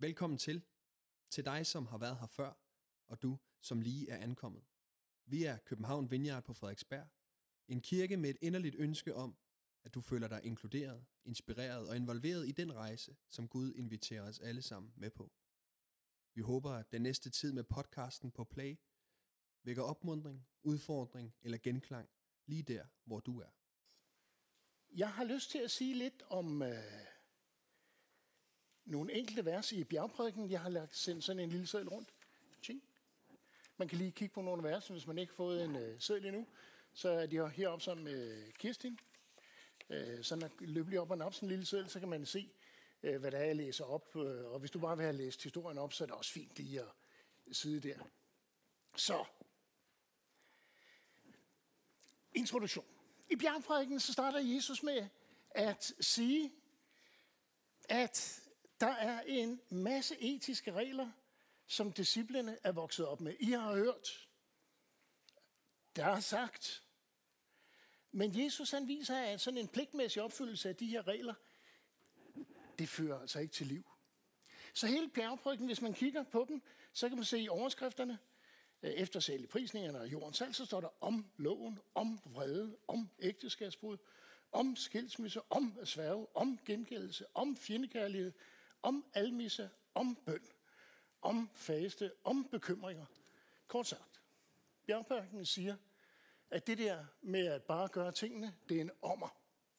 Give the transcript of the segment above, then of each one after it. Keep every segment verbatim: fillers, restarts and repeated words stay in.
Velkommen til, til dig som har været her før, og du som lige er ankommet. Vi er København Vineyard på Frederiksberg, en kirke med et inderligt ønske om, at du føler dig inkluderet, inspireret og involveret i den rejse, som Gud inviterer os alle sammen med på. Vi håber, at den næste tid med podcasten på Play vækker opmuntring, udfordring eller genklang lige der, hvor du er. Jeg har lyst til at sige lidt om øh, nogle enkelte vers i bjergprædiken. Jeg har lagt sendt sådan en lille seddel rundt. Ching. Man kan lige kigge på nogle vers, hvis man ikke har fået en øh, seddel endnu. Så er de heroppe sammen med Kirstin. Øh, så når løber lige op og nappe sådan en lille seddel, så kan man se, øh, hvad der er, jeg læser op. Og hvis du bare vil have læst historien op, så er det også fint lige at sidde der. Så. Introduktion. I bjergprædiken så starter Jesus med at sige, at der er en masse etiske regler, som disciplene er vokset op med. I har hørt, der er sagt. Men Jesus han viser, at sådan en pligtmæssig opfyldelse af de her regler, det fører altså ikke til liv. Så hele bjergprædiken, hvis man kigger på dem, så kan man se i overskrifterne, efter særlig prisningerne og jordens salg, så står der om loven, om vrede, om ægteskabsbrud, om skilsmisse, om at sværge, om gengældelse, om fjendekærlighed, om almisse, om bøn, om faste, om bekymringer. Kort sagt, bjergprædiken siger, at det der med at bare gøre tingene, det er en ommer.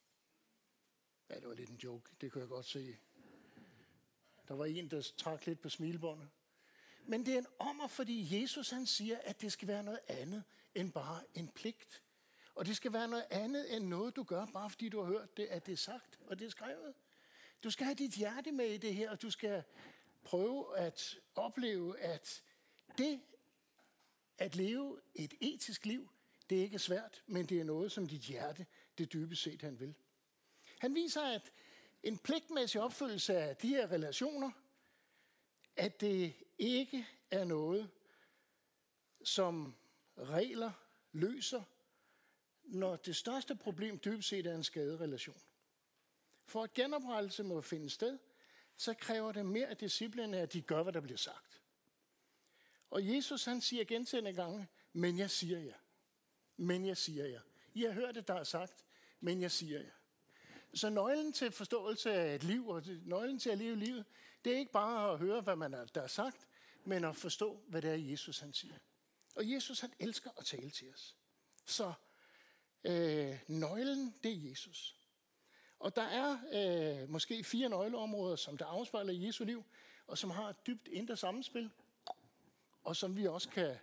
Ja, det var lidt en joke, det kan jeg godt se. Der var en, der trak lidt på smilebåndet. Men det er en ommer, fordi Jesus han siger, at det skal være noget andet end bare en pligt. Og det skal være noget andet end noget, du gør, bare fordi du har hørt det, at det er sagt og det er skrevet. Du skal have dit hjerte med i det her, og du skal prøve at opleve, at det at leve et etisk liv, det er ikke svært, men det er noget, som dit hjerte, det dybest set han vil. Han viser, at en pligtmæssig opfyldelse af de her relationer, at det ikke er noget, som regler løser, når det største problem dybest set er en skaderelation. For at genoprettelse må finde sted, så kræver det mere af disciplene, at de gør, hvad der bliver sagt. Og Jesus han siger gentagne gange, men jeg siger jer. Men jeg siger jer. I har hørt det, der er sagt, men jeg siger jer. Så nøglen til forståelse af et liv, og nøglen til at leve livet, det er ikke bare at høre, hvad man er, der er sagt, men at forstå, hvad det er, Jesus han siger. Og Jesus han elsker at tale til os. Så øh, nøglen, det er Jesus. Og der er øh, måske fire nøgleområder, som der afspejler i Jesu liv, og som har et dybt indre sammenspil, og som vi også kan,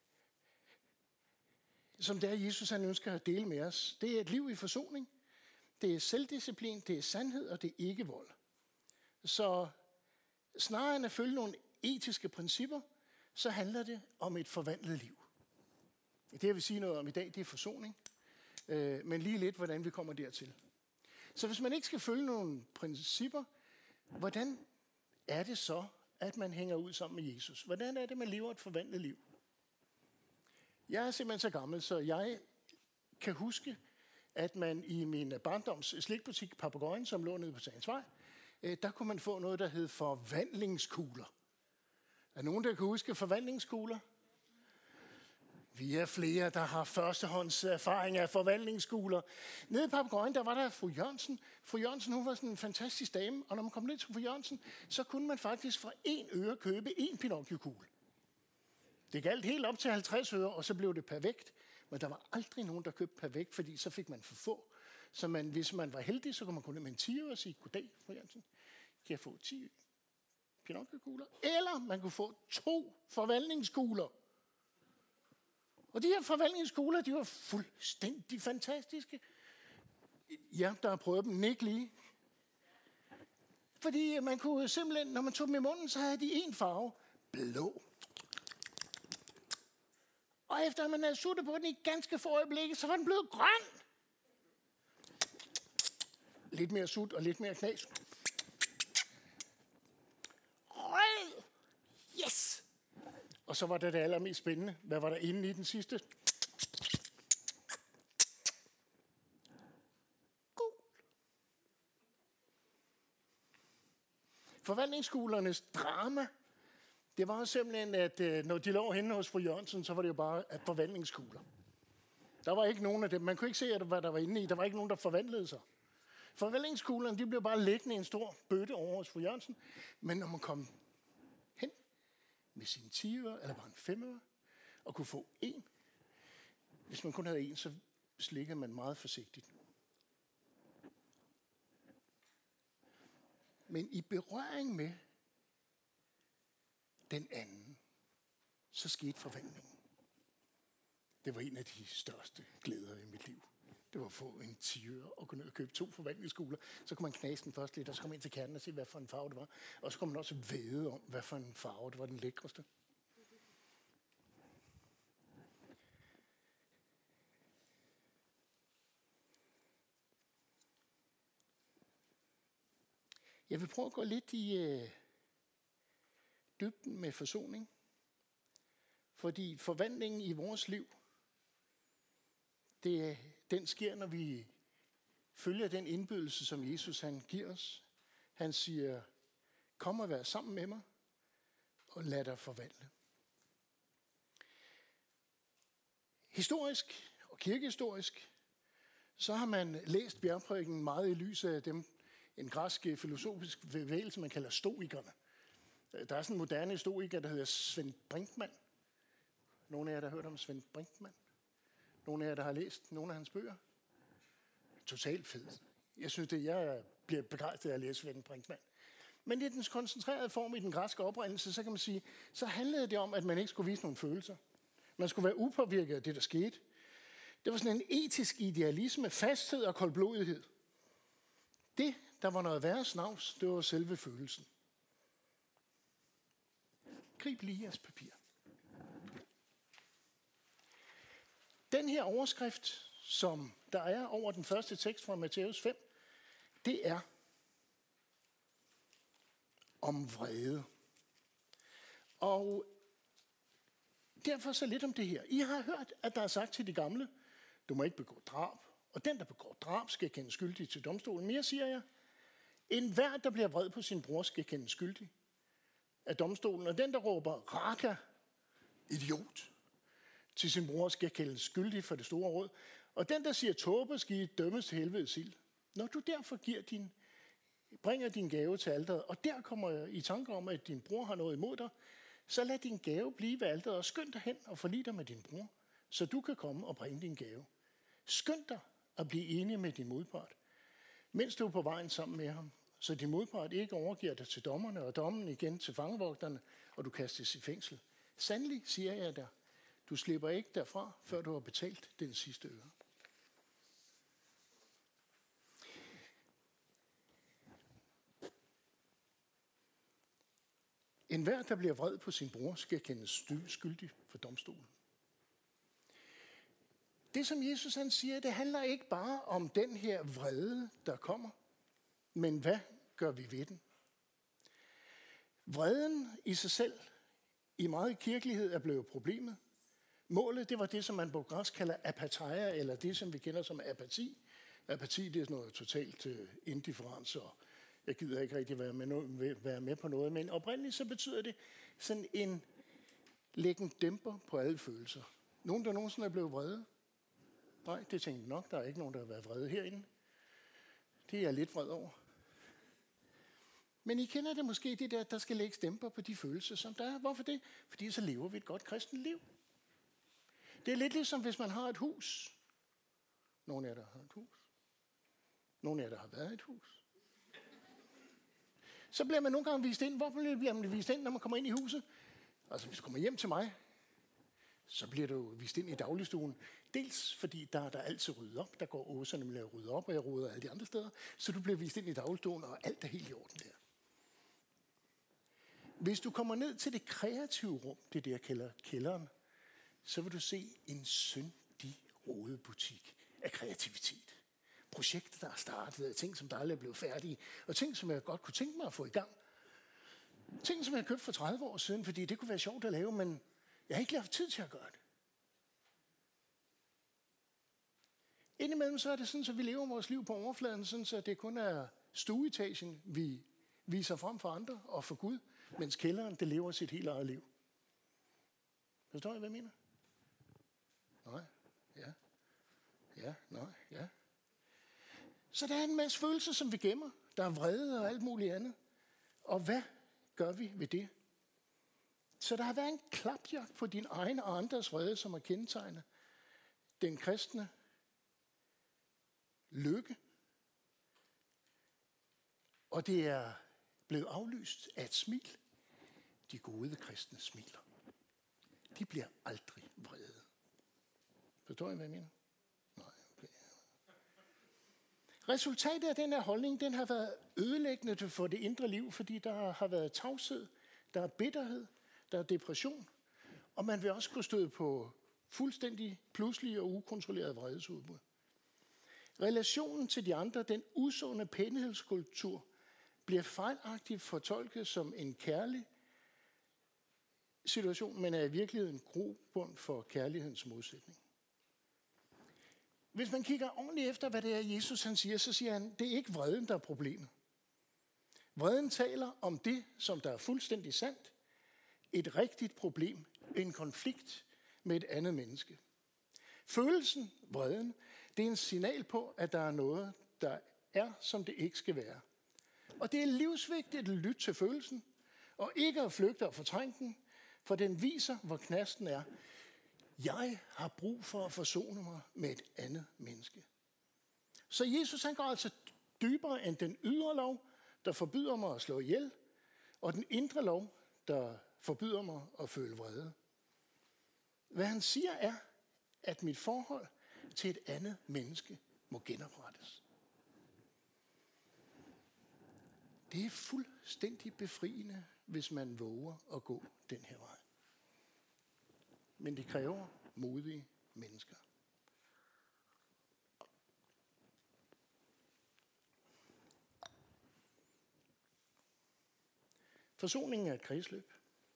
som det er, Jesus han ønsker at dele med os. Det er et liv i forsoning, det er selvdisciplin, det er sandhed, og det er ikke vold. Så snarere end at følge nogle etiske principper, så handler det om et forvandlet liv. Det jeg vil sige noget om i dag, det er forsoning, øh, men lige lidt, hvordan vi kommer dertil. Så hvis man ikke skal følge nogle principper, hvordan er det så, at man hænger ud sammen med Jesus? Hvordan er det, man lever et forvandlet liv? Jeg er simpelthen så gammel, så jeg kan huske, at man i min barndoms slikbutik Papegøjen, som lå nede på Sagensvej, der kunne man få noget, der hed forvandlingskugler. Er nogen, der kan huske forvandlingskugler? Vi er flere, der har førstehånds erfaring af forvandlingskugler. Nede i Papegøjen, der var der fru Jørgensen. Fru Jørgensen, hun var sådan en fantastisk dame, og når man kom ned til fru Jørgensen, så kunne man faktisk for én øre købe én Pinocchio-kugle. Det galt helt op til halvtreds øre, og så blev det perfekt. Men der var aldrig nogen, der købte perfekt, fordi så fik man for få. Så man, hvis man var heldig, så kunne man gå ned med en ti øre og sige, goddag, fru Jørgensen, kan jeg få ti Pinocchio-kugler? Eller man kunne få to forvandlingskugler. Og de her forvandlingskugler, de var fuldstændig fantastiske. Ja, der har prøvet dem, ikke lige. Fordi man kunne simpelthen, når man tog dem i munden, så havde de en farve, blå. Og efter man havde suttet på den i ganske få øjeblikke, så var den blevet grøn. Lidt mere sut og lidt mere knas. Rød! Yes! Og så var det det allermest spændende. Hvad var der inde i den sidste? Gul. forvandlingsskulernes drama, det var simpelthen, at øh, når de lå henne hos fru Jørgensen, så var det jo bare at forvandlingsskuler. Der var ikke nogen af dem. Man kunne ikke se, hvad der var inde i. Der var ikke nogen, der forvandlede sig. Forvandlingsskolerne, de blev bare liggende i en stor bøtte over hos fru Jørgensen. Men når man kom hen med sine ti øre, eller bare en fem øre, og kunne få en, hvis man kun havde en, så slikkede man meget forsigtigt. Men i berøring med den anden, så skete forvandlingen. Det var en af de største glæder i mit liv. Det var at få en tiøre og gå ned og købe to forvandlingskugler. Så kunne man knase den først lidt, og så komme ind til kernen og se, hvad for en farve det var. Og så kunne man også væde om, hvad for en farve det var den lækreste. Jeg vil prøve at gå lidt i øh, dybden med forsoning. Fordi forvandlingen i vores liv, det, den sker, når vi følger den indbydelse, som Jesus han giver os. Han siger, kom og vær sammen med mig, og lad dig forvandle. Historisk og kirkehistorisk, så har man læst bjergprædiken meget i lyset af dem, en græsk filosofisk bevægelse, man kalder stoikerne. Der er sådan en moderne stoiker, der hedder Svend Brinkmann. Nogle af jer, der har hørt om Svend Brinkmann? Nogle af jer, der har læst nogle af hans bøger? Totalt fed. Jeg synes, det jeg bliver begejstret af at læse Svend Brinkmann. Men i dens koncentrerede form i den græske oprindelse, så kan man sige, så handlede det om, at man ikke skulle vise nogle følelser. Man skulle være upåvirket af det, der skete. Det var sådan en etisk idealisme, fasthed og koldblodighed. Det, der var noget værre snavs, det var selve følelsen. Grib lige jeres papir. Den her overskrift, som der er over den første tekst fra Matthæus fem, det er om vrede. Og derfor så lidt om det her. I har hørt, at der er sagt til de gamle, du må ikke begå drab, og den, der begår drab, skal kendes skyldig til domstolen. Mere siger jeg, enhver, der bliver vred på sin bror, skal kendes skyldig af domstolen, og den, der råber raka, idiot, til sin bror, skal kendes skyldig for det store råd, og den, der siger tåbe, skal dømmes til helvedes ild. Når du derfor giver din, bringer din gave til alteret, og der kommer i tanke om, at din bror har noget imod dig, så lad din gave blive ved alteret, og skynd dig hen og forlig dig med din bror, så du kan komme og bringe din gave. Skynd dig at blive enig med din modpart, mens du er på vejen sammen med ham, så din modpart ikke overgiver dig til dommerne, og dommen igen til fangevogterne, og du kastes i fængsel. Sandelig siger jeg dig, du slipper ikke derfra, før du har betalt den sidste øre. Enhver, der bliver vred på sin bror, skal kendes skyldig for domstolen. Det, som Jesus han siger, det handler ikke bare om den her vrede, der kommer, men hvad gør vi ved den? Vreden i sig selv, i meget kirkelighed, er blevet problemet. Målet, det var det, som man på græsk kalder apatheia, eller det, som vi kender som apati. Apati, det er sådan noget totalt uh, indifferens, og jeg gider ikke rigtig være med, no- være med på noget, men oprindeligt så betyder det sådan en læggen dæmper på alle følelser. Nogen, der nogensinde er blevet vrede? Nej, det tænkte jeg nok. Der er ikke nogen, der har været vrede herinde. Det er jeg lidt vred over. Men I kender det måske, det der, der skal lægges dæmper på de følelser, som der er. Hvorfor det? Fordi så lever vi et godt kristent liv. Det er lidt ligesom, hvis man har et hus. Nogle af jer, der har et hus. Nogle af jer, der har været i et hus. Så bliver man nogle gange vist ind. Hvorfor bliver man vist ind, når man kommer ind i huset? Altså, hvis du kommer hjem til mig, så bliver du vist ind i dagligstuen. Dels fordi der, der er altid ryddet op. Der går Åsa nemlig at rydde op, og jeg rydder alle de andre steder. Så du bliver vist ind i dagligstuen, og alt er helt i orden der. Hvis du kommer ned til det kreative rum, det der kalder kælderen, så vil du se en syndig rodebutik af kreativitet. Projekter, der er startet, ting, som der aldrig er blevet færdige, og ting, som jeg godt kunne tænke mig at få i gang. Ting, som jeg købte for tredive år siden, fordi det kunne være sjovt at lave, men jeg har ikke haft tid til at gøre det. Indimellem så er det sådan, at vi lever vores liv på overfladen, sådan så det kun er stueetagen, vi, viser frem for andre og for Gud, mens kælderen, det lever sit helt eget liv. Forstår I, hvad jeg mener? Nej, ja, ja, nej, ja. Så der er en masse følelser, som vi gemmer. Der er vrede og alt muligt andet. Og hvad gør vi ved det? Så der har været en klapjagt på din egen og andres vrede, som har kendetegnet den kristne lykke. Og det er blevet aflyst af et smil. De gode kristne smiler. De bliver aldrig vrede. Forstår I, hvad jeg mener? Nej, okay. Resultatet af den her holdning, den har været ødelæggende for det indre liv, fordi der har været tavshed, der er bitterhed, der er depression, og man vil også kunne støde på fuldstændig pludselige og ukontrollerede vredesudbrud. Relationen til de andre, den usunde pænhedskultur, bliver fejlagtigt fortolket som en kærlig situation, men er i virkeligheden en grobund for kærlighedens modsætning. Hvis man kigger ordentligt efter, hvad det er, Jesus han siger, så siger han, det er ikke vreden, der er problemet. Vreden taler om det, som der er fuldstændig sandt, et rigtigt problem, en konflikt med et andet menneske. Følelsen, vreden, det er en signal på, at der er noget, der er, som det ikke skal være. Og det er livsvigtigt at lytte til følelsen, og ikke at flygte og fortrænge den, for den viser, hvor knasten er. Jeg har brug for at forsone mig med et andet menneske. Så Jesus han går altså dybere end den ydre lov, der forbyder mig at slå ihjel, og den indre lov, der forbyder mig at føle vrede. Hvad han siger er, at mit forhold til et andet menneske må genoprettes. Det er fuldstændig befriende, hvis man våger at gå den her vej. Men det kræver modige mennesker. Forsoningen er et kredsløb.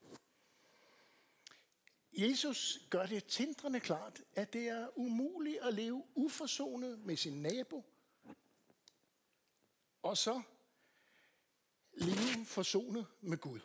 Jesus gør det tindrende klart, at det er umuligt at leve uforsonet med sin nabo, og så leve forsonet med Gud.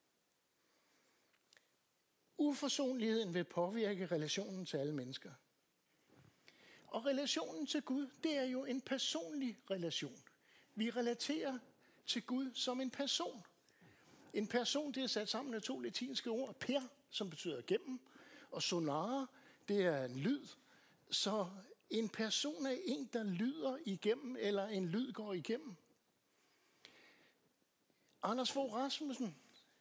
Uforsonligheden vil påvirke relationen til alle mennesker. Og relationen til Gud, det er jo en personlig relation. Vi relaterer til Gud som en person. En person, det er sat sammen af to latinske ord. Per, som betyder gennem, og sonare, det er en lyd. Så en person er en, der lyder igennem, eller en lyd går igennem. Anders Fogh Rasmussen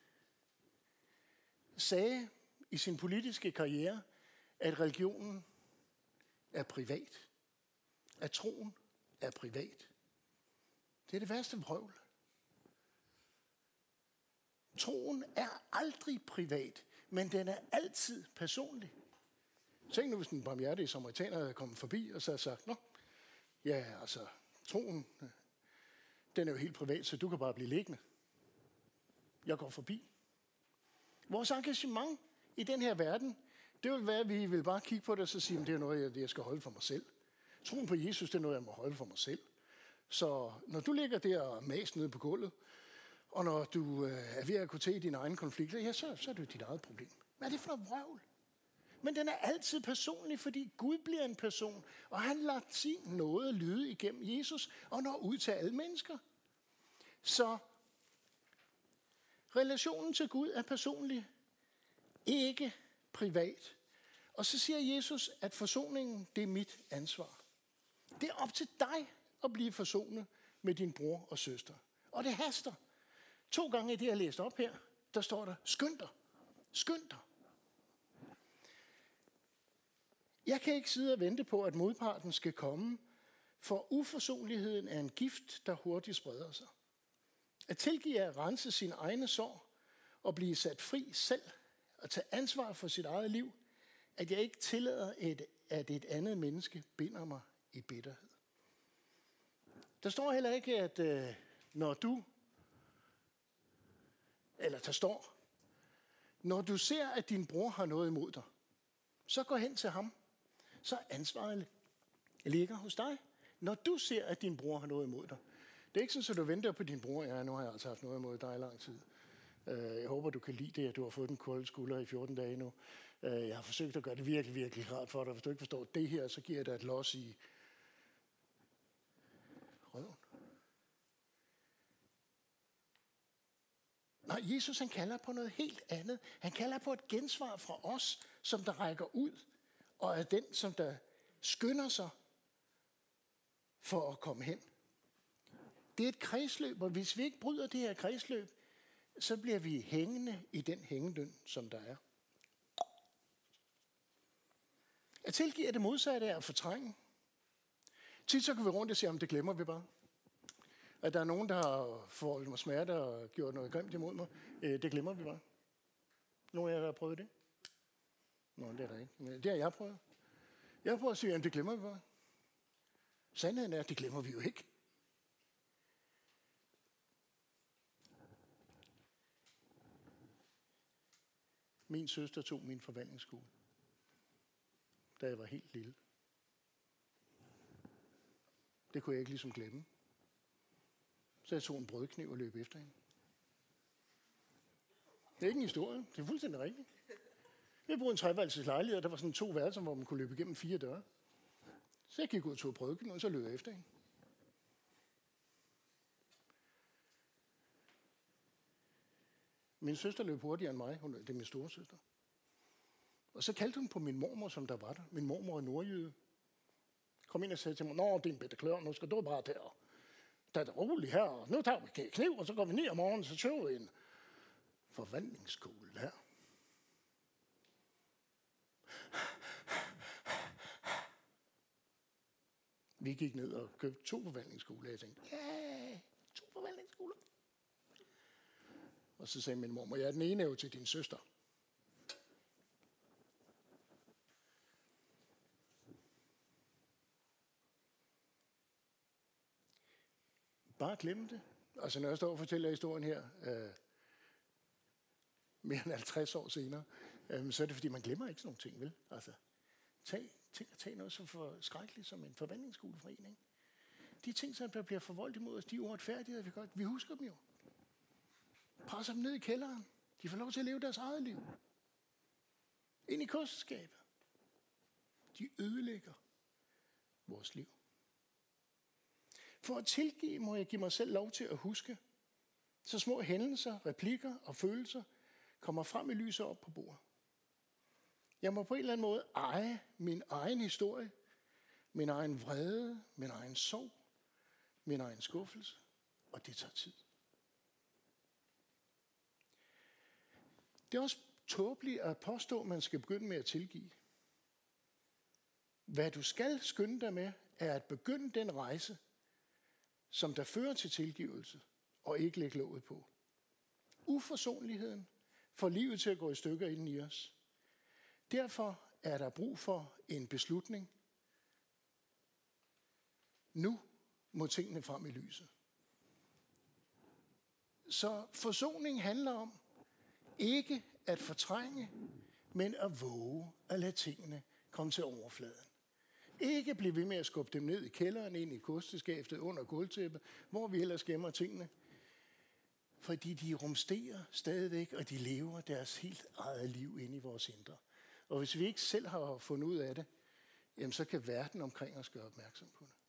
sagde i sin politiske karriere, at religionen er privat. At troen er privat. Det er det værste vrøvl. Troen er aldrig privat, men den er altid personlig. Tænk nu, hvis den barmhjertige samaritaner havde kommet forbi, og så havde sagt, nå, ja, altså, troen, den er jo helt privat, så du kan bare blive liggende. Jeg går forbi. Vores engagement i den her verden, det vil være, at vi vil bare kigge på det og så sige, at det er noget, jeg skal holde for mig selv. Troen på Jesus, det er noget, jeg må holde for mig selv. Så når du ligger der og mas nede på gulvet, og når du øh, er ved at kunne tage dine egne konflikter, ja, så, så er det jo dit eget problem. Hvad er det for noget vrøvl? Men den er altid personlig, fordi Gud bliver en person, og han lader sin nåde lyde igennem Jesus og når ud til alle mennesker. Så relationen til Gud er personlig, ikke privat. Og så siger Jesus, at forsoningen, det er mit ansvar. Det er op til dig at blive forsonet med din bror og søster. Og det haster. To gange i det, jeg læst op her, der står der, skynd dig, skynd dig. Jeg kan ikke sidde og vente på, at modparten skal komme, for uforsonligheden er en gift, der hurtigt spreder sig. At tilgive er at rense sine egne sår og blive sat fri selv og tage ansvar for sit eget liv, at jeg ikke tillader, et, at et andet menneske binder mig i bitterhed. Der står heller ikke, at øh, når du, eller der står, når du ser, at din bror har noget imod dig, så gå hen til ham. Så ansvaret ligger hos dig. Når du ser, at din bror har noget imod dig, Det er ikke sådan, at du venter på din bror. Ja, nu har jeg altså haft noget imod dig i lang tid. Jeg håber, du kan lide det, at du har fået den kolde skulder i fjorten dage nu. Jeg har forsøgt at gøre det virkelig, virkelig rart for dig. Hvis du ikke forstår det her, så giver jeg dig et los i røven. Nej, Jesus han kalder på noget helt andet. Han kalder på et gensvar fra os, som der rækker ud, og er den, som der skynder sig for at komme hen. Det er et kredsløb, og hvis vi ikke bryder det her kredsløb, så bliver vi hængende i den hængedøn, som der er. At tilgive er det modsatte af at fortrænge. Tit så kan vi rundt og sige, om det glemmer vi bare. At der er nogen, der har forholdt mig smerte og gjort noget grimt imod mig. Det glemmer vi bare. Nogen af jer, der har prøvet det? Nå, det er der ikke. Men det har jeg prøvet. Jeg har prøvet at sige, at det glemmer vi bare. Sandheden er, at det glemmer vi jo ikke. Min søster tog min forvandlingsskole, da jeg var helt lille. Det kunne jeg ikke ligesom glemme. Så jeg tog en brødkniv og løb efter hende. Det er ikke en historie. Det er fuldstændig rigtigt. Jeg boede en treværelses lejlighed, og der var sådan to værelser, hvor man kunne løbe igennem fire døre. Så jeg gik ud og tog brødkniv, og så løb jeg efter hende. Min søster løb hurtigere end mig. Hun, det er min store søster. Og så kaldte hun på min mormor, som der var der. Min mormor er nordjyde. Kom ind og sagde til mig, nå, det er en bitte klør, nu skal du bare der. Der er det roligt her, og nu tager vi kniv, og så går vi ned om morgenen, så tøver vi en forvandlingsskole her. Vi gik ned og købte to forvandlingsskoler, og jeg tænkte, ja, to forvandlingsskoler. Og så sagde min mormor, jeg er den ene jo til din søster. Bare glem det. Altså når jeg står og fortæller historien her, øh, mere end halvtreds år senere, øh, så er det fordi, man glemmer ikke sådan nogle ting, vel? Altså, tag, tænk at tage noget så for skrækkeligt som en forvandlingsskoleforening. De ting, som der bliver forvoldt imod os, de uretfærdigheder, vi godt, vi husker dem jo. Presser dem ned i kælderen. De får lov til at leve deres eget liv. Ind i kosteskabet. De ødelægger vores liv. For at tilgive, må jeg give mig selv lov til at huske, så små hændelser, replikker og følelser kommer frem i lyset op på bordet. Jeg må på en eller anden måde eje min egen historie, min egen vrede, min egen sorg, min egen skuffelse, og det tager tid. Det er også tåbeligt at påstå, at man skal begynde med at tilgive. Hvad du skal skynde dig med, er at begynde den rejse, som der fører til tilgivelse, og ikke lægge låget på. Uforsonligheden får livet til at gå i stykker inden i os. Derfor er der brug for en beslutning. Nu må tingene frem i lyset. Så forsoning handler om ikke at fortrænge, men at våge at lade tingene komme til overfladen. Ikke blive ved med at skubbe dem ned i kælderen, ind i kosteskabet, under gulvtæppet, hvor vi ellers gemmer tingene. Fordi de rumsterer stadigvæk, og de lever deres helt eget liv inde i vores indre. Og hvis vi ikke selv har fundet ud af det, jamen så kan verden omkring os gøre opmærksom på det.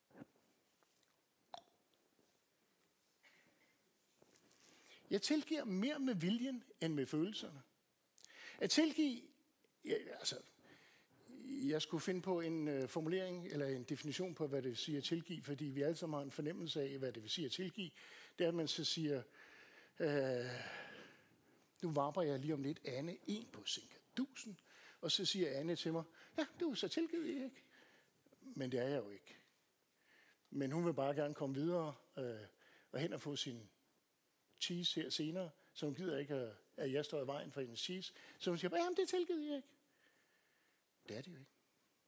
Jeg tilgiver mere med viljen end med følelserne. At tilgive, ja, altså, jeg skulle finde på en øh, formulering eller en definition på, hvad det vil sige at tilgive, fordi vi alle sammen har en fornemmelse af, hvad det vil sige at tilgive. Det er, at man så siger, øh, nu varper jeg lige om lidt Anne en på sinkadusen, og så siger Anne til mig, ja, du er så tilgivet, ikke? Men det er jeg jo ikke. Men hun vil bare gerne komme videre øh, og hen og få sin cheese her senere, så hun gider ikke, at, at jeg står i vejen for hendes cheese. Så hun siger, jamen det er tilgivet, ikke? Det er det jo ikke.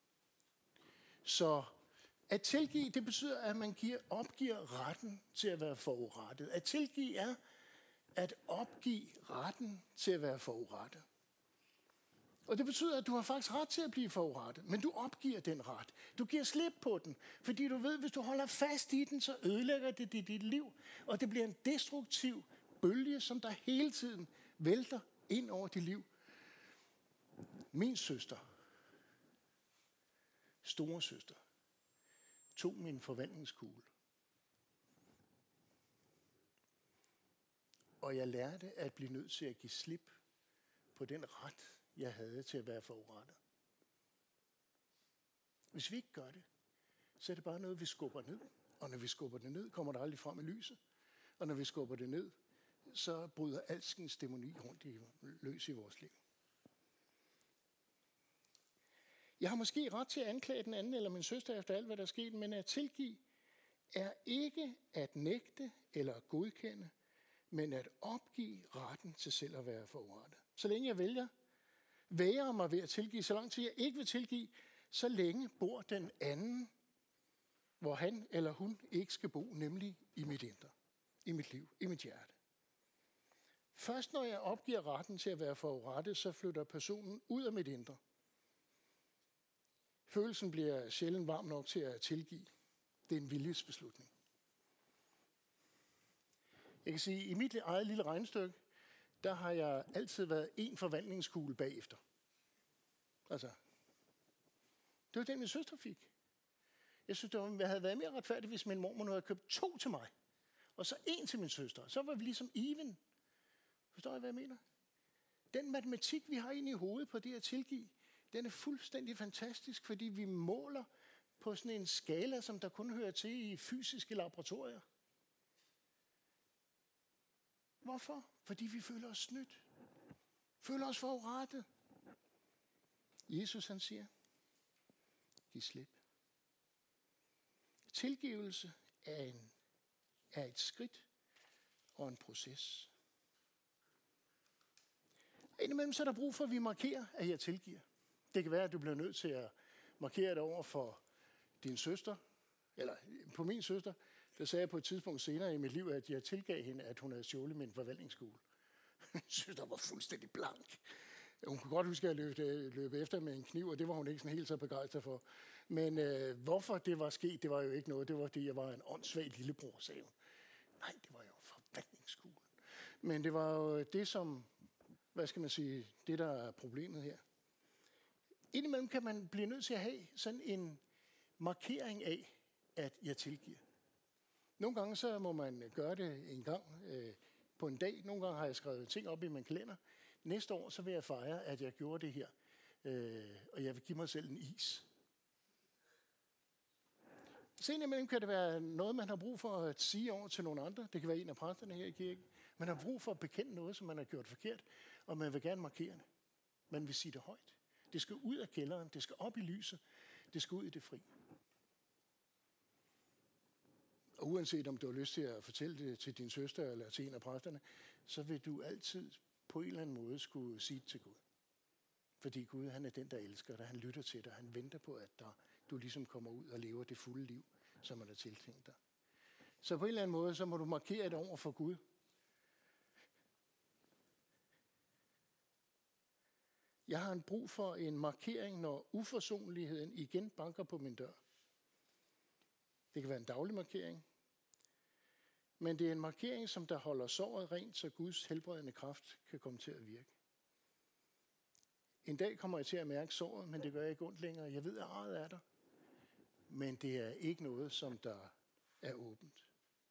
Så at tilgive, det betyder, at man giver, opgiver retten til at være forurettet. At tilgive er at opgive retten til at være forurettet. Og det betyder, at du har faktisk ret til at blive forurettet, men du opgiver den ret. Du giver slip på den, fordi du ved, at hvis du holder fast i den, så ødelægger det dit, dit liv, og det bliver en destruktiv bølge, som der hele tiden vælter ind over dit liv. Min søster, store søster, tog min forvandlingskugle. Og jeg lærte at blive nødt til at give slip på den ret, jeg havde til at være forurettet. Hvis vi ikke gør det, så er det bare noget, vi skubber ned. Og når vi skubber det ned, kommer der aldrig frem i lyset. Og når vi skubber det ned, så bryder alskens dæmoni rundt i, løs i vores liv. Jeg har måske ret til at anklage den anden eller min søster efter alt, hvad der er sket, men at tilgive er ikke at nægte eller at godkende, men at opgive retten til selv at være forurettet. Så længe jeg vælger, væger mig ved at tilgive, så lang tid jeg ikke vil tilgive, så længe bor den anden, hvor han eller hun ikke skal bo, nemlig i mit indre, i mit liv, i mit hjerte. Først når jeg opgiver retten til at være forurettet, så flytter personen ud af mit indre. Følelsen bliver sjældent varm nok til at tilgive. Det er en viljesbeslutning. Jeg kan sige, at i mit eget lille regnestykke, der har jeg altid været en forvandlingskugle bagefter. Altså, det var den, min søster fik. Jeg synes, det havde været mere retfærdigt, hvis min mormor havde købt to til mig, og så en til min søster. Så var vi ligesom even. Forstår I, hvad jeg mener? Den matematik, vi har inde i hovedet på det at tilgive, den er fuldstændig fantastisk, fordi vi måler på sådan en skala, som der kun hører til i fysiske laboratorier. Hvorfor? Fordi vi føler os snydt. Føler os forurettet. Jesus han siger, giv slip. Tilgivelse er, en, er et skridt og en proces. Indimellem så er der brug for, at vi markerer, at jeg tilgiver. Det kan være, at du bliver nødt til at markere det over for din søster, eller på min søster. Der sagde jeg på et tidspunkt senere i mit liv, at jeg tilgav hende, at hun havde stjålet min forvandlingsskole. Min søster var fuldstændig blank. Hun kunne godt huske, at jeg løb, løb efter med en kniv, og det var hun ikke sådan helt så begejstret for. Men øh, hvorfor det var sket, det var jo ikke noget. Det var fordi, jeg var en åndssvag lillebror, sagde hun. Nej, det var jo forvandlingsskolen. Men det var jo det, som, hvad skal man sige, det der er problemet her. Indimellem kan man blive nødt til at have sådan en markering af, at jeg tilgiver. Nogle gange så må man gøre det en gang øh, på en dag. Nogle gange har jeg skrevet ting op i min kalender. Næste år så vil jeg fejre, at jeg gjorde det her. Øh, og jeg vil give mig selv en is. Så indimellem kan det være noget, man har brug for at sige over til nogle andre. Det kan være en af præsterne her i kirken. Man har brug for at bekende noget, som man har gjort forkert, og man vil gerne markere det. Man vil sige det højt. Det skal ud af kælderen, det skal op i lyset, det skal ud i det fri. Og uanset om du har lyst til at fortælle det til din søster eller til en af præsterne, så vil du altid på en eller anden måde skulle sige det til Gud. Fordi Gud, han er den, der elsker dig, han lytter til dig, han venter på, at der, du ligesom kommer ud og lever det fulde liv, som han har tiltænkt dig. Så på en eller anden måde, så må du markere det over for Gud. Jeg har en brug for en markering, når uforsonligheden igen banker på min dør. Det kan være en daglig markering. Men det er en markering, som der holder såret rent, så Guds helbredende kraft kan komme til at virke. En dag kommer jeg til at mærke såret, men det gør jeg ikke ondt længere. Jeg ved, at arret er der. Men det er ikke noget, som der er åbent.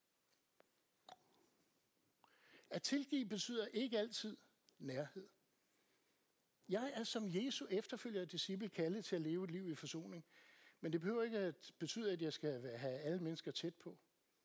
At tilgive betyder ikke altid nærhed. Jeg er som Jesu efterfølger og disciple kaldet til at leve et liv i forsoning. Men det behøver ikke at betyde, at jeg skal have alle mennesker tæt på.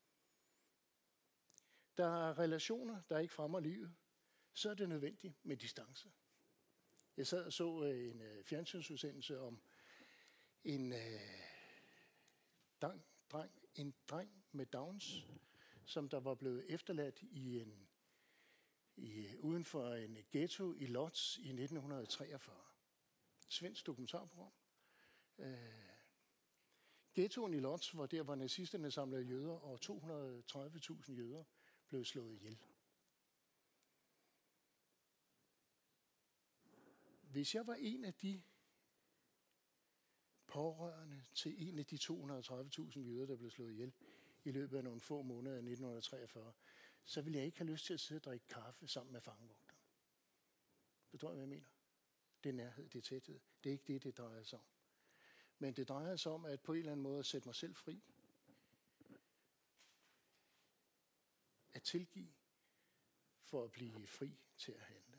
Der er relationer, der ikke fremmer livet. Så er det nødvendigt med distance. Jeg sad og så en uh, fjernsynsudsendelse om en, uh, dreng, dreng, en dreng med Downs, som der var blevet efterladt i en, i, uden for en ghetto i Łódź i nitten treogfyrre. Svensk dokumentarprogram. Uh, Ghettoen i Łódź var der, hvor nazisterne samlede jøder, og to hundrede og tredive tusind jøder blev slået ihjel. Hvis jeg var en af de pårørende til en af de to hundrede og tredive tusind jøder, der blev slået ihjel i løbet af nogle få måneder af nitten treogfyrre, så ville jeg ikke have lyst til at sidde og drikke kaffe sammen med fangevogteren. Forstår I, hvad jeg mener? Det er nærhed, det er tæthed. Det er ikke det, det drejer sig om. Men det drejer sig om, at på en eller anden måde at sætte mig selv fri. At tilgive for at blive fri til at handle.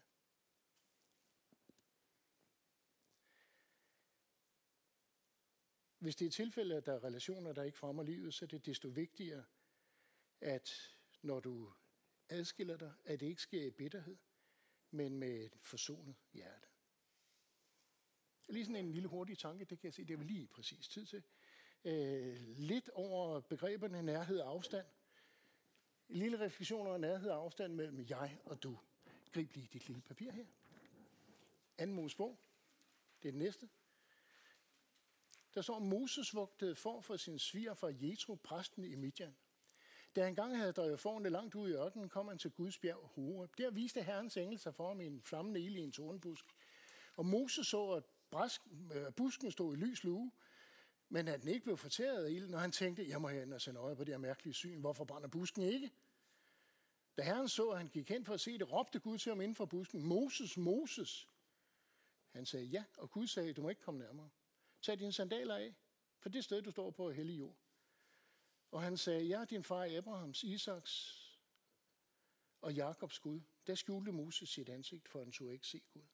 Hvis det er tilfælde, at der er relationer, der ikke fremmer livet, så er det desto vigtigere, at når du adskiller dig, at det ikke sker i bitterhed, men med et forsonet hjerte. Lige sådan en lille hurtig tanke, det kan jeg se, det er lige præcis tid til. Øh, lidt over begreberne nærhed og afstand. En lille refleksion over nærhed og afstand mellem jeg og du. Grib lige dit lille papir her. Anden Mosebog. Det er det næste. Der står, Moses vogtede for for sin svigerfar Jetro, præsten i Midjan. Da han engang havde drevet forne langt ud i ørkenen, kom han til Guds bjerg Horeb. Der viste Herrens engel sig for ham i en flammende ild i en tornbusk. Og Moses så, at brask, øh, busken stod i lys lue, men at den ikke blev fortæret af ilden, og han tænkte, jeg må hen og se nøje på det her mærkelige syn. Hvorfor brænder busken ikke? Da Herren så, at han gik hen for at se det, råbte Gud til ham inden for busken, Moses, Moses. Han sagde ja, og Gud sagde, du må ikke komme nærmere. Tag dine sandaler af, for det sted, du står på, er hellig jord. Og han sagde, jeg er din far Abrahams, Isaks og Jakobs Gud. Der skjulte Moses sit ansigt, for han turde ikke se Gud.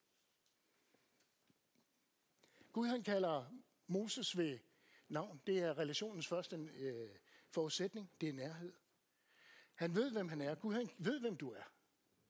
Gud han kalder Moses ved navn. Det er relationens første øh, forudsætning. Det er nærhed. Han ved, hvem han er. Gud han ved, hvem du er.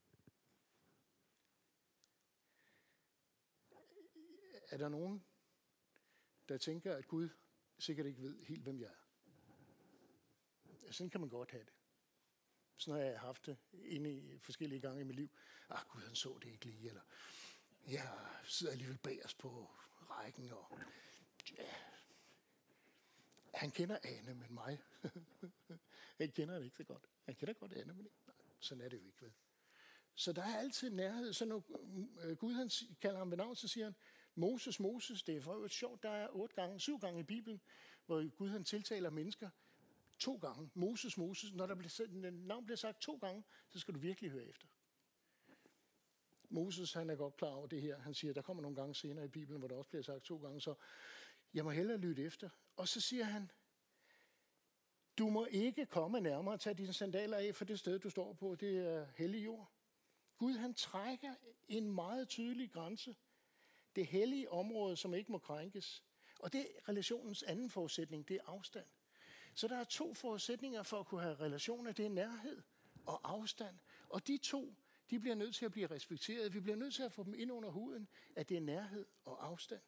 Er der nogen, der tænker, at Gud sikkert ikke ved helt, hvem jeg er? Sådan kan man godt have det. Sådan har jeg haft det inde i forskellige gange i mit liv. Ah, Gud, han så det ikke lige, eller jeg sidder alligevel bag os på rækken, og ja, han kender Anne, men mig. Han kender det ikke så godt. Han kender godt Anne, men ikke. Nej, sådan er det jo ikke, vel? Så der er altid nærhed. Så når Gud han kalder ham ved navn, så siger han, Moses, Moses, det er for øvrigt sjovt, der er otte gange, syv gange i Bibelen, hvor Gud han tiltaler mennesker to gange. Moses, Moses. Når der bliver, navn bliver sagt to gange, så skal du virkelig høre efter. Moses, han er godt klar over det her. Han siger, der kommer nogle gange senere i Bibelen, hvor der også bliver sagt to gange, så jeg må hellere lytte efter. Og så siger han, du må ikke komme nærmere og tage dine sandaler af, for det sted, du står på, det er hellig jord. Gud, han trækker en meget tydelig grænse. Det hellige område, som ikke må krænkes. Og det er relationens anden forudsætning, det er afstand. Så der er to forudsætninger for at kunne have relationer, det er nærhed og afstand. Og de to, de bliver nødt til at blive respekteret. Vi bliver nødt til at få dem ind under huden, at det er nærhed og afstand.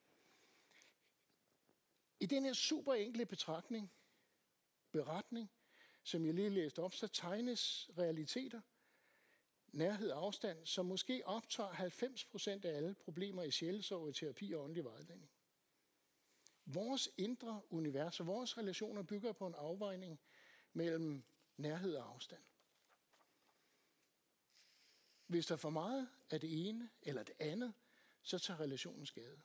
I den her super enkle betragtning, beretning, som jeg lige læste op, så tegnes realiteter, nærhed og afstand, som måske optager halvfems procent af alle problemer i sjælesorg, terapi og åndelig vejledning. Vores indre univers og vores relationer bygger på en afvejning mellem nærhed og afstand. Hvis der er for meget af det ene eller det andet, så tager relationen skade.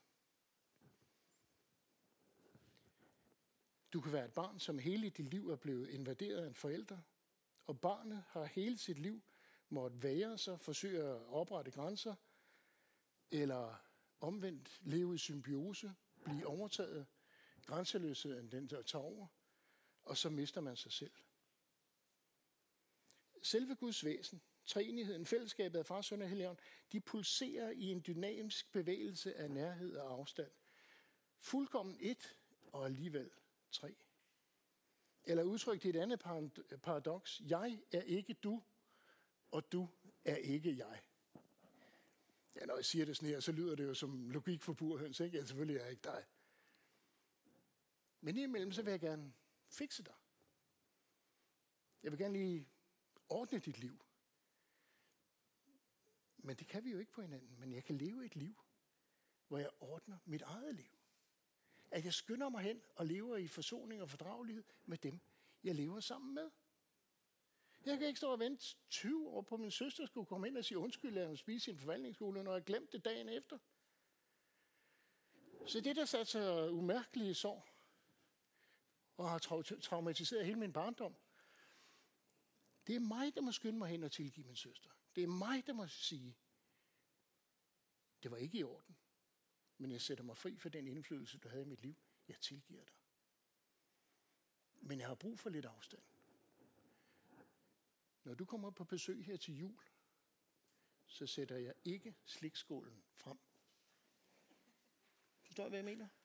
Du kan være et barn, som hele dit liv er blevet invaderet af en forælder, og barnet har hele sit liv måtte vægre sig, forsøge at oprette grænser, eller omvendt leve i symbiose, blive overtaget, grænseløsheden den der tager over, og så mister man sig selv. Selve Guds væsen, treenigheden, fællesskabet af Far, Søn og Helligånd, de pulserer i en dynamisk bevægelse af nærhed og afstand. Fuldkommen et, og alligevel tre. Eller udtrykt i et andet paradoks, jeg er ikke du, og du er ikke jeg. Ja, når jeg siger det sådan her, så lyder det jo som logik for burhøns, ikke? Ja, selvfølgelig er jeg ikke dig. Men indimellem så vil jeg gerne fikse dig. Jeg vil gerne lige ordne dit liv. Men det kan vi jo ikke på hinanden. Men jeg kan leve et liv, hvor jeg ordner mit eget liv. At jeg skynder mig hen og lever i forsoning og fordragelighed med dem, jeg lever sammen med. Jeg kan ikke stå og vente tyve år på, at min søster skulle komme ind og sige undskyld, at hun spise sin forvaltningsskole, når jeg glemte det dagen efter. Så det, der satte sig umærkelige sår, og har trau- traumatiseret hele min barndom, det er mig, der må skynde mig hen og tilgive min søster. Det er mig, der må sige, det var ikke i orden, men jeg sætter mig fri for den indflydelse, du havde i mit liv. Jeg tilgiver dig. Men jeg har brug for lidt afstand. Når du kommer på besøg her til jul, så sætter jeg ikke slikskålen frem. Forstår du, hvad jeg mener?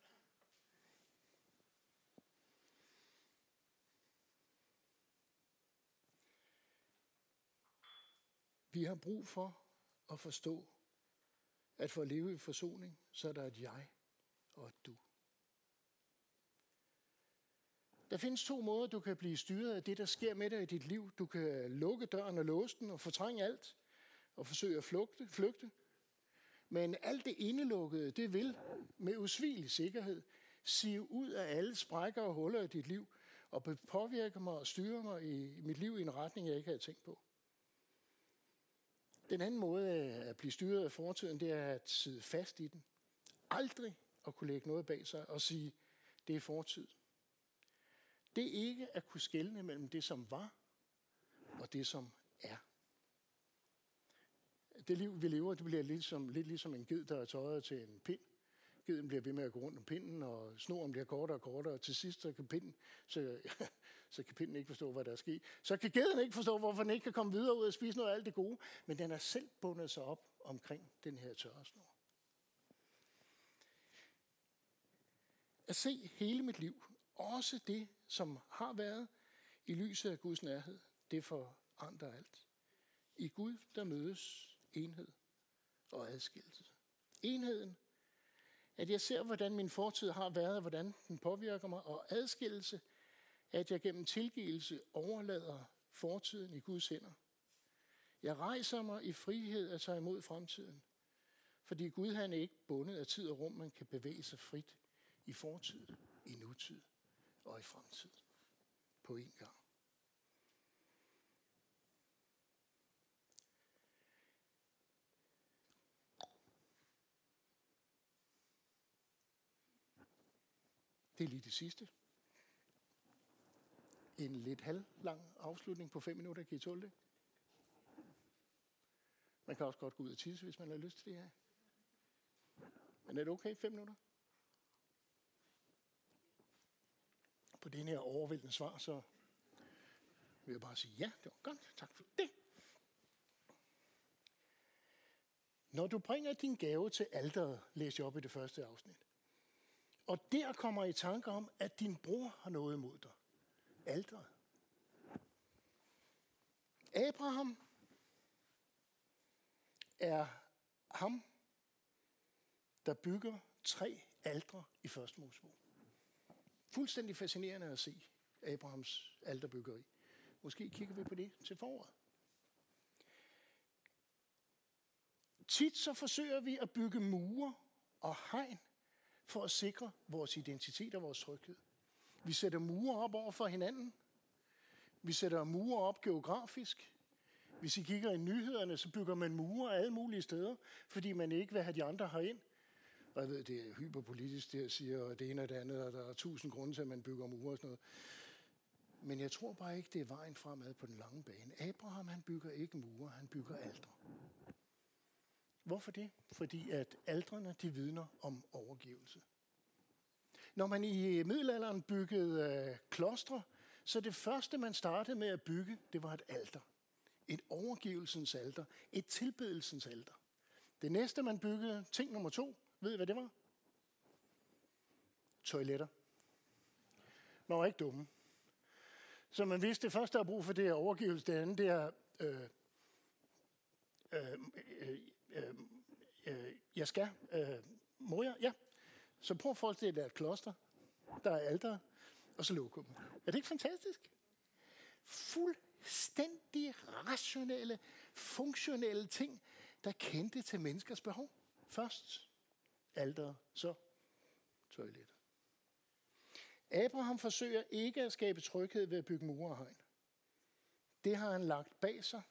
Vi har brug for at forstå, at for at leve i forsoning, så er der et jeg og et du. Der findes to måder, du kan blive styret af det, der sker med dig i dit liv. Du kan lukke døren og låse den og fortrænge alt og forsøge at flugte, flygte. Men alt det indelukkede, det vil med usvigelig sikkerhed sive ud af alle sprækker og huller i dit liv og påvirke mig og styre mig i mit liv i en retning, jeg ikke havde tænkt på. Den anden måde at blive styret af fortiden, det er at sidde fast i den. Aldrig at kunne lægge noget bag sig og sige, det er fortid. Det er ikke at kunne skelne mellem det, som var, og det, som er. Det liv, vi lever, det bliver lidt, som, lidt ligesom en ged, der er tøjet til en pind. Geden bliver ved med at gå rundt om pinden, og snoren bliver kortere og kortere, og til sidst så kan pinden, så, så kan pinden ikke forstå, hvad der er sket. Så kan geden ikke forstå, hvorfor den ikke kan komme videre ud og spise noget af alt det gode, men den har selv bundet sig op omkring den her tørresnor. At se hele mit liv, også det, som har været, i lyset af Guds nærhed, det forandrer alt. I Gud, der mødes enhed og adskillelse. Enheden, at jeg ser, hvordan min fortid har været, og hvordan den påvirker mig, og adskillelse, at jeg gennem tilgivelse overlader fortiden i Guds hænder. Jeg rejser mig i frihed at tage imod fremtiden, fordi Gud han er ikke bundet af tid og rum, man kan bevæge sig frit i fortid, i nutid og i fremtid på én gang. Det er lige det sidste. En lidt halvlang afslutning på fem minutter. Kan I tåle det? Man kan også godt gå ud og tisse, hvis man har lyst til det her. Men er det okay? Fem minutter? På den her overvældende svar, så vil jeg bare sige, ja, det var godt. Tak for det. Når du bringer din gave til alteret, læser jeg op i det første afsnit. Og der kommer I tanker om, at din bror har noget imod dig. Alteret. Abraham er ham, der bygger tre altre i første Mosebog. Fuldstændig fascinerende at se Abrahams alterbyggeri. Måske kigger vi på det til foråret. Tit så forsøger vi at bygge mure og hegn for at sikre vores identitet og vores tryghed. Vi sætter mure op over for hinanden. Vi sætter mure op geografisk. Hvis I kigger i nyhederne, så bygger man mure alle mulige steder, fordi man ikke vil have de andre herind. Og jeg ved, det er hyperpolitisk, det jeg siger, og det ene og det andet, og der er tusind grunde til, at man bygger mure og sådan noget. Men jeg tror bare ikke, det er vejen fremad på den lange bane. Abraham, han bygger ikke mure, han bygger altre. Hvorfor det? Fordi at altrene, de vidner om overgivelse. Når man i middelalderen byggede øh, klostre, så det første, man startede med at bygge, det var et alter. Et overgivelsens alter. Et tilbedelsens alter. Det næste, man byggede, ting nummer to, ved I, hvad det var? Toiletter. Man var ikke dumme. Så man vidste, det første, der er brug for, det er overgivelse. Det andet, det er... Øh, øh, øh, øh, øh, jeg skal. Øh, må jeg? Ja. Så prøv at forestille dig, at der er et kloster, der er alter, og så lokum. Er det ikke fantastisk? Fuldstændig rationelle, funktionelle ting, der kendte til menneskers behov. Først alter, så toilet. Abraham forsøger ikke at skabe tryghed ved at bygge mure og hegn. Det har han lagt bag sig.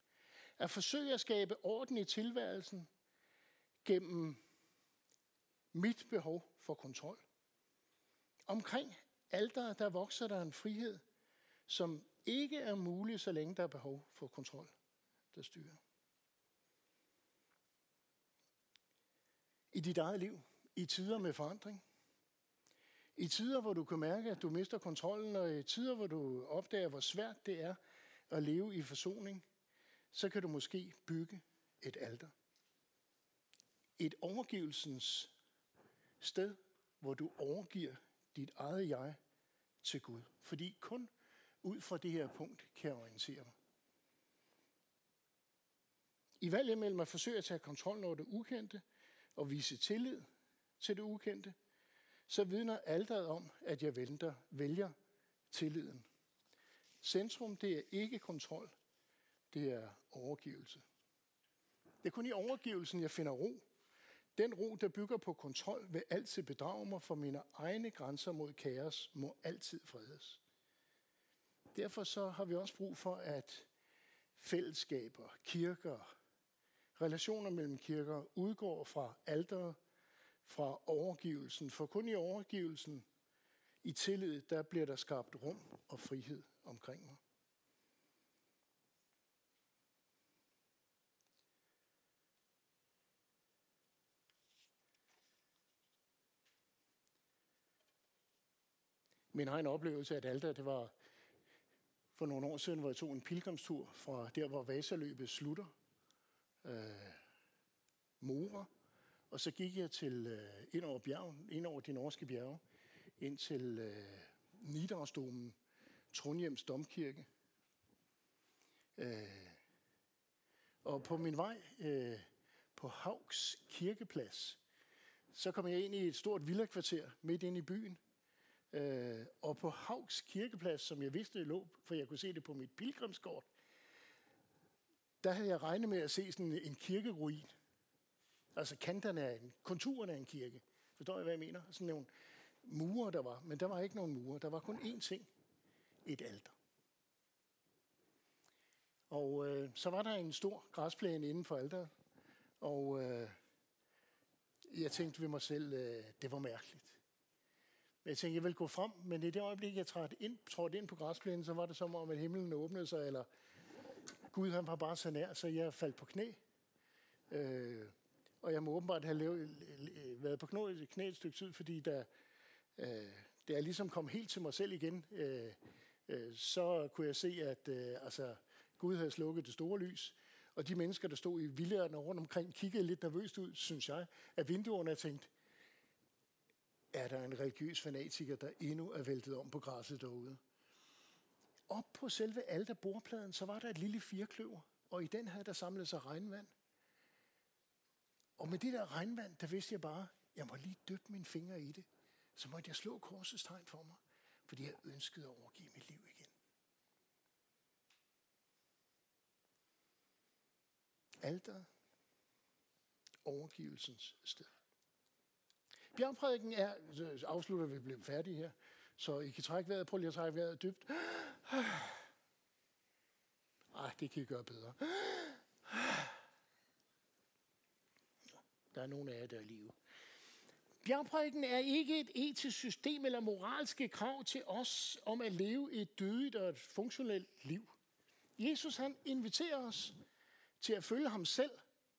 At forsøge at skabe orden i tilværelsen gennem mit behov for kontrol. Omkring alteret, der vokser der en frihed, som ikke er mulig, så længe der er behov for kontrol, der styrer. I dit eget liv, i tider med forandring, i tider, hvor du kan mærke, at du mister kontrollen, og i tider, hvor du opdager, hvor svært det er at leve i forsoning, så kan du måske bygge et alter. Et overgivelsens sted, hvor du overgiver dit eget jeg til Gud. Fordi kun ud fra det her punkt kan jeg orientere mig. I valget mellem at forsøge at tage kontrol over det ukendte og vise tillid til det ukendte, så vidner alteret om, at jeg venter, vælger tilliden. Centrum, det er ikke kontrol, det er overgivelse. Det er kun i overgivelsen, jeg finder ro. Den ro, der bygger på kontrol, vil altid bedrage mig, for mine egne grænser mod kaos må altid fredes. Derfor så har vi også brug for, at fællesskaber, kirker, relationer mellem kirker udgår fra alteret, fra overgivelsen. For kun i overgivelsen, i tillid, der bliver der skabt rum og frihed omkring mig. Min egen oplevelse af et alter, det var for nogle år siden, hvor jeg tog en pilgrimstur fra der, hvor Vasaløbet slutter, øh, Mora, og så gik jeg til øh, ind over bjergen, ind over de norske bjerge, ind til øh, Nidarosdomen, Trondhjems domkirke. Øh, og på min vej øh, på Haugs kirkeplads, så kom jeg ind i et stort villakvarter midt inde i byen. Øh, og på Haugs kirkeplads, som jeg vidste lå, for jeg kunne se det på mit pilgrimskort, der havde jeg regnet med at se sådan en kirkeruin. Altså kanterne af en, konturen af en kirke. Forstår I, hvad jeg mener? Sådan nogle mure, der var. Men der var ikke nogen mure. Der var kun én ting. Et alter. Og øh, så var der en stor græsplæne inden for alteret. Og øh, jeg tænkte ved mig selv, øh, det var mærkeligt. Men jeg tænkte, jeg ville gå frem, men i det øjeblik, jeg trådte ind, trådte ind på græsplænen, så var det som om, at himlen åbnede sig, eller Gud han var bare så nær, så jeg faldt på knæ. Øh, og jeg må åbenbart have lavet, været på knæ, knæ et stykke tid, fordi da, øh, da jeg ligesom kom helt til mig selv igen, øh, øh, så kunne jeg se, at øh, altså, Gud havde slukket det store lys, og de mennesker, der stod i villaerne rundt omkring, kiggede lidt nervøst ud, synes jeg, af vinduerne, og tænkte, er der en religiøs fanatiker, der endnu er væltet om på græsset derude? Op på selve alterbordpladen, så var der et lille firkløver, og i den havde der samlet sig regnvand. Og med det der regnvand, der vidste jeg bare, jeg må lige dyppe mine fingre i det. Så måtte jeg slå korsets tegn for mig, fordi jeg ønskede at overgive mit liv igen. Alteret, overgivelsens sted. Bjergprædiken er, så afslutter vi bliver færdige her, så I kan trække vejret. Prøv lige at trække vejret dybt. Ej, det kan I gøre bedre. Der er nogen af jer, der er i live. Bjergprædiken er ikke et etisk system eller moralske krav til os om at leve et dødigt og et funktionelt liv. Jesus han inviterer os til at følge ham selv.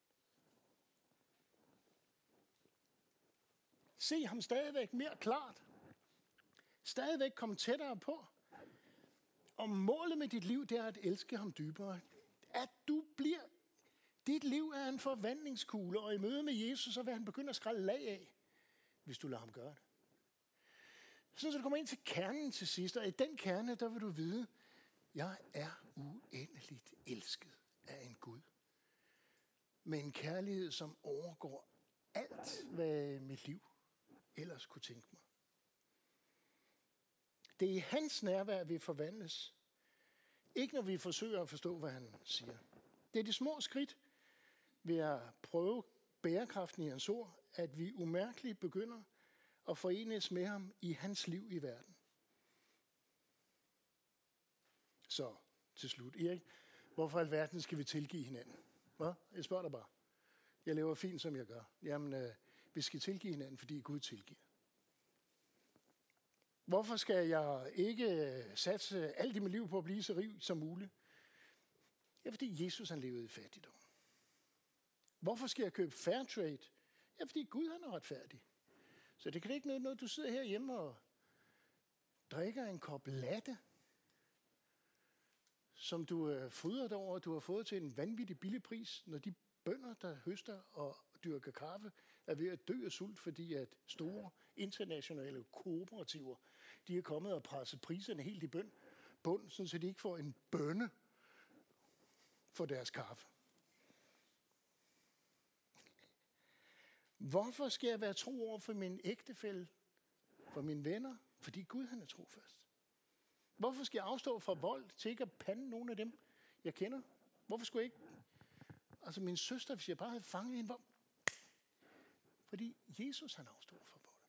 Se ham stadigvæk mere klart. Stadigvæk komme tættere på. Og målet med dit liv, det er at elske ham dybere. At du bliver... Dit liv er en forvandlingskugle, og i møde med Jesus, så vil han begynde at skrælle lag af, hvis du lader ham gøre det. Så du kommer ind til kernen til sidst, og i den kerne, der vil du vide, jeg er uendeligt elsket af en Gud. Med en kærlighed, som overgår alt, hvad mit liv ellers kunne tænke mig. Det er i hans nærvær, vi forvandles. Ikke når vi forsøger at forstå, hvad han siger. Det er de små skridt ved at prøve bærekraften i hans ord, at vi umærkeligt begynder at forenes med ham i hans liv i verden. Så til slut, Erik, hvorfor alverden skal vi tilgive hinanden? Hva? Jeg spørger dig bare. Jeg lever fint, som jeg gør. Jamen, øh, Vi skal tilgive hinanden, fordi Gud tilgiver. Hvorfor skal jeg ikke satse alt i mit liv på at blive så rig som muligt? Ja, fordi Jesus han levede i fattigdom. Hvorfor skal jeg købe fair trade? Ja, fordi Gud han er retfærdig. Så det kan ikke noget, når du sidder herhjemme og drikker en kop latte, som du er fryder dig over, at du har fået til en vanvittig billig pris, når de bønder, der høster og dyrker kaffe, er ved at dø af sult, fordi at store internationale kooperativer, de er kommet og presset priserne helt i bund, bund, så de ikke får en bønne for deres kaffe. Hvorfor skal jeg være tro over for min ægtefælle, for mine venner? Fordi Gud han er trofast. Hvorfor skal jeg afstå fra vold til ikke at pande nogen af dem, jeg kender? Hvorfor skulle jeg ikke? Altså min søster, hvis jeg bare havde fanget hende, hvor... Fordi Jesus han afstod fra vold.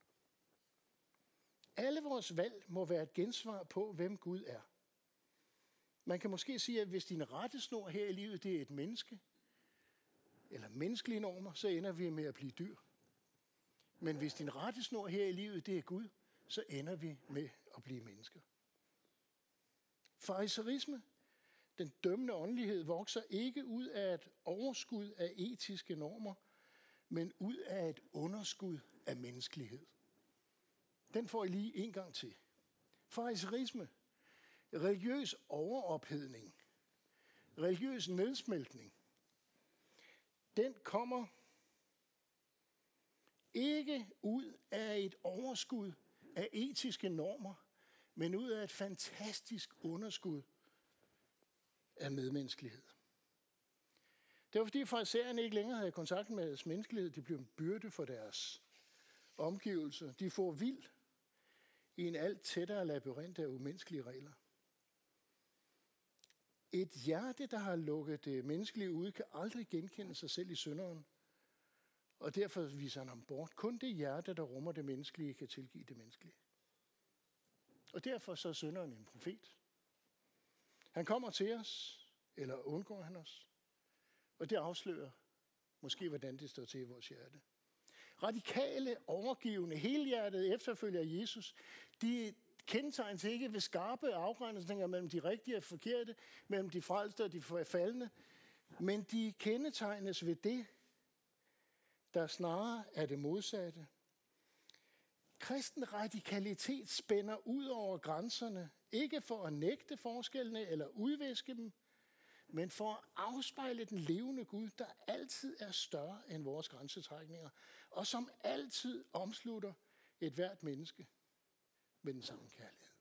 Alle vores valg må være et gensvar på, hvem Gud er. Man kan måske sige, at hvis din rettesnor her i livet, det er et menneske, eller menneskelige normer, så ender vi med at blive dyr. Men hvis din rettesnor her i livet, det er Gud, så ender vi med at blive mennesker. Fariserisme, den dømmende åndelighed, vokser ikke ud af et overskud af etiske normer, men ud af et underskud af menneskelighed. Den får I lige en gang til. Fariserisme, religiøs overophedning, religiøs nedsmeltning, den kommer ikke ud af et overskud af etiske normer, men ud af et fantastisk underskud af medmenneskelighed. Det var fordi farisæerne ikke længere havde kontakt med deres menneskelighed. De blev en byrde for deres omgivelser. De får vild i en alt tættere labyrint af umenneskelige regler. Et hjerte, der har lukket det menneskelige ude, kan aldrig genkende sig selv i synderen. Og derfor viser han ham bort. Kun det hjerte, der rummer det menneskelige, kan tilgive det menneskelige. Og derfor så er synderen en profet. Han kommer til os, eller undgår han os. Og det afslører måske, hvordan det står til i vores hjerte. Radikale, overgivende, helhjertede efterfølgere af Jesus, de kendetegnes ikke ved skarpe afgrænsninger mellem de rigtige og forkerte, mellem de frelste og de faldne, men de kendetegnes ved det, der snarere er det modsatte. Kristen radikalitet spænder ud over grænserne, ikke for at nægte forskellene eller udviske dem, men for at afspejle den levende Gud, der altid er større end vores grænsetrækninger, og som altid omslutter et hvert menneske med den samme kærlighed.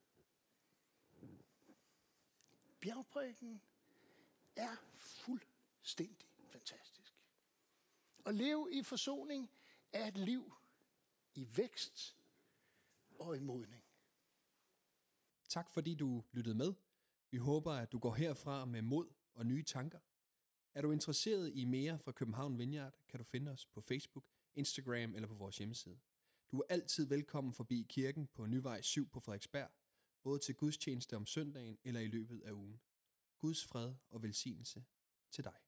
Bjergprædiken er fuldstændig fantastisk. At leve i forsoning er et liv i vækst og i modning. Tak fordi du lyttede med. Vi håber, at du går herfra med mod og nye tanker. Er du interesseret i mere fra København Vineyard, kan du finde os på Facebook, Instagram eller på vores hjemmeside. Du er altid velkommen forbi kirken på Nyvej syv på Frederiksberg, både til gudstjeneste om søndagen eller i løbet af ugen. Guds fred og velsignelse til dig.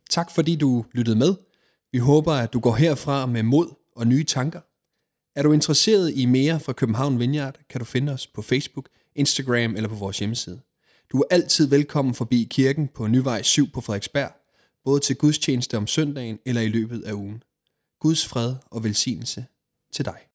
Tak fordi du lyttede med. Vi håber, at du går herfra med mod og nye tanker. Er du interesseret i mere fra København Vineyard, kan du finde os på Facebook, Instagram eller på vores hjemmeside. Du er altid velkommen forbi kirken på Nyvej syv på Frederiksberg, både til gudstjeneste om søndagen eller i løbet af ugen. Guds fred og velsignelse til dig.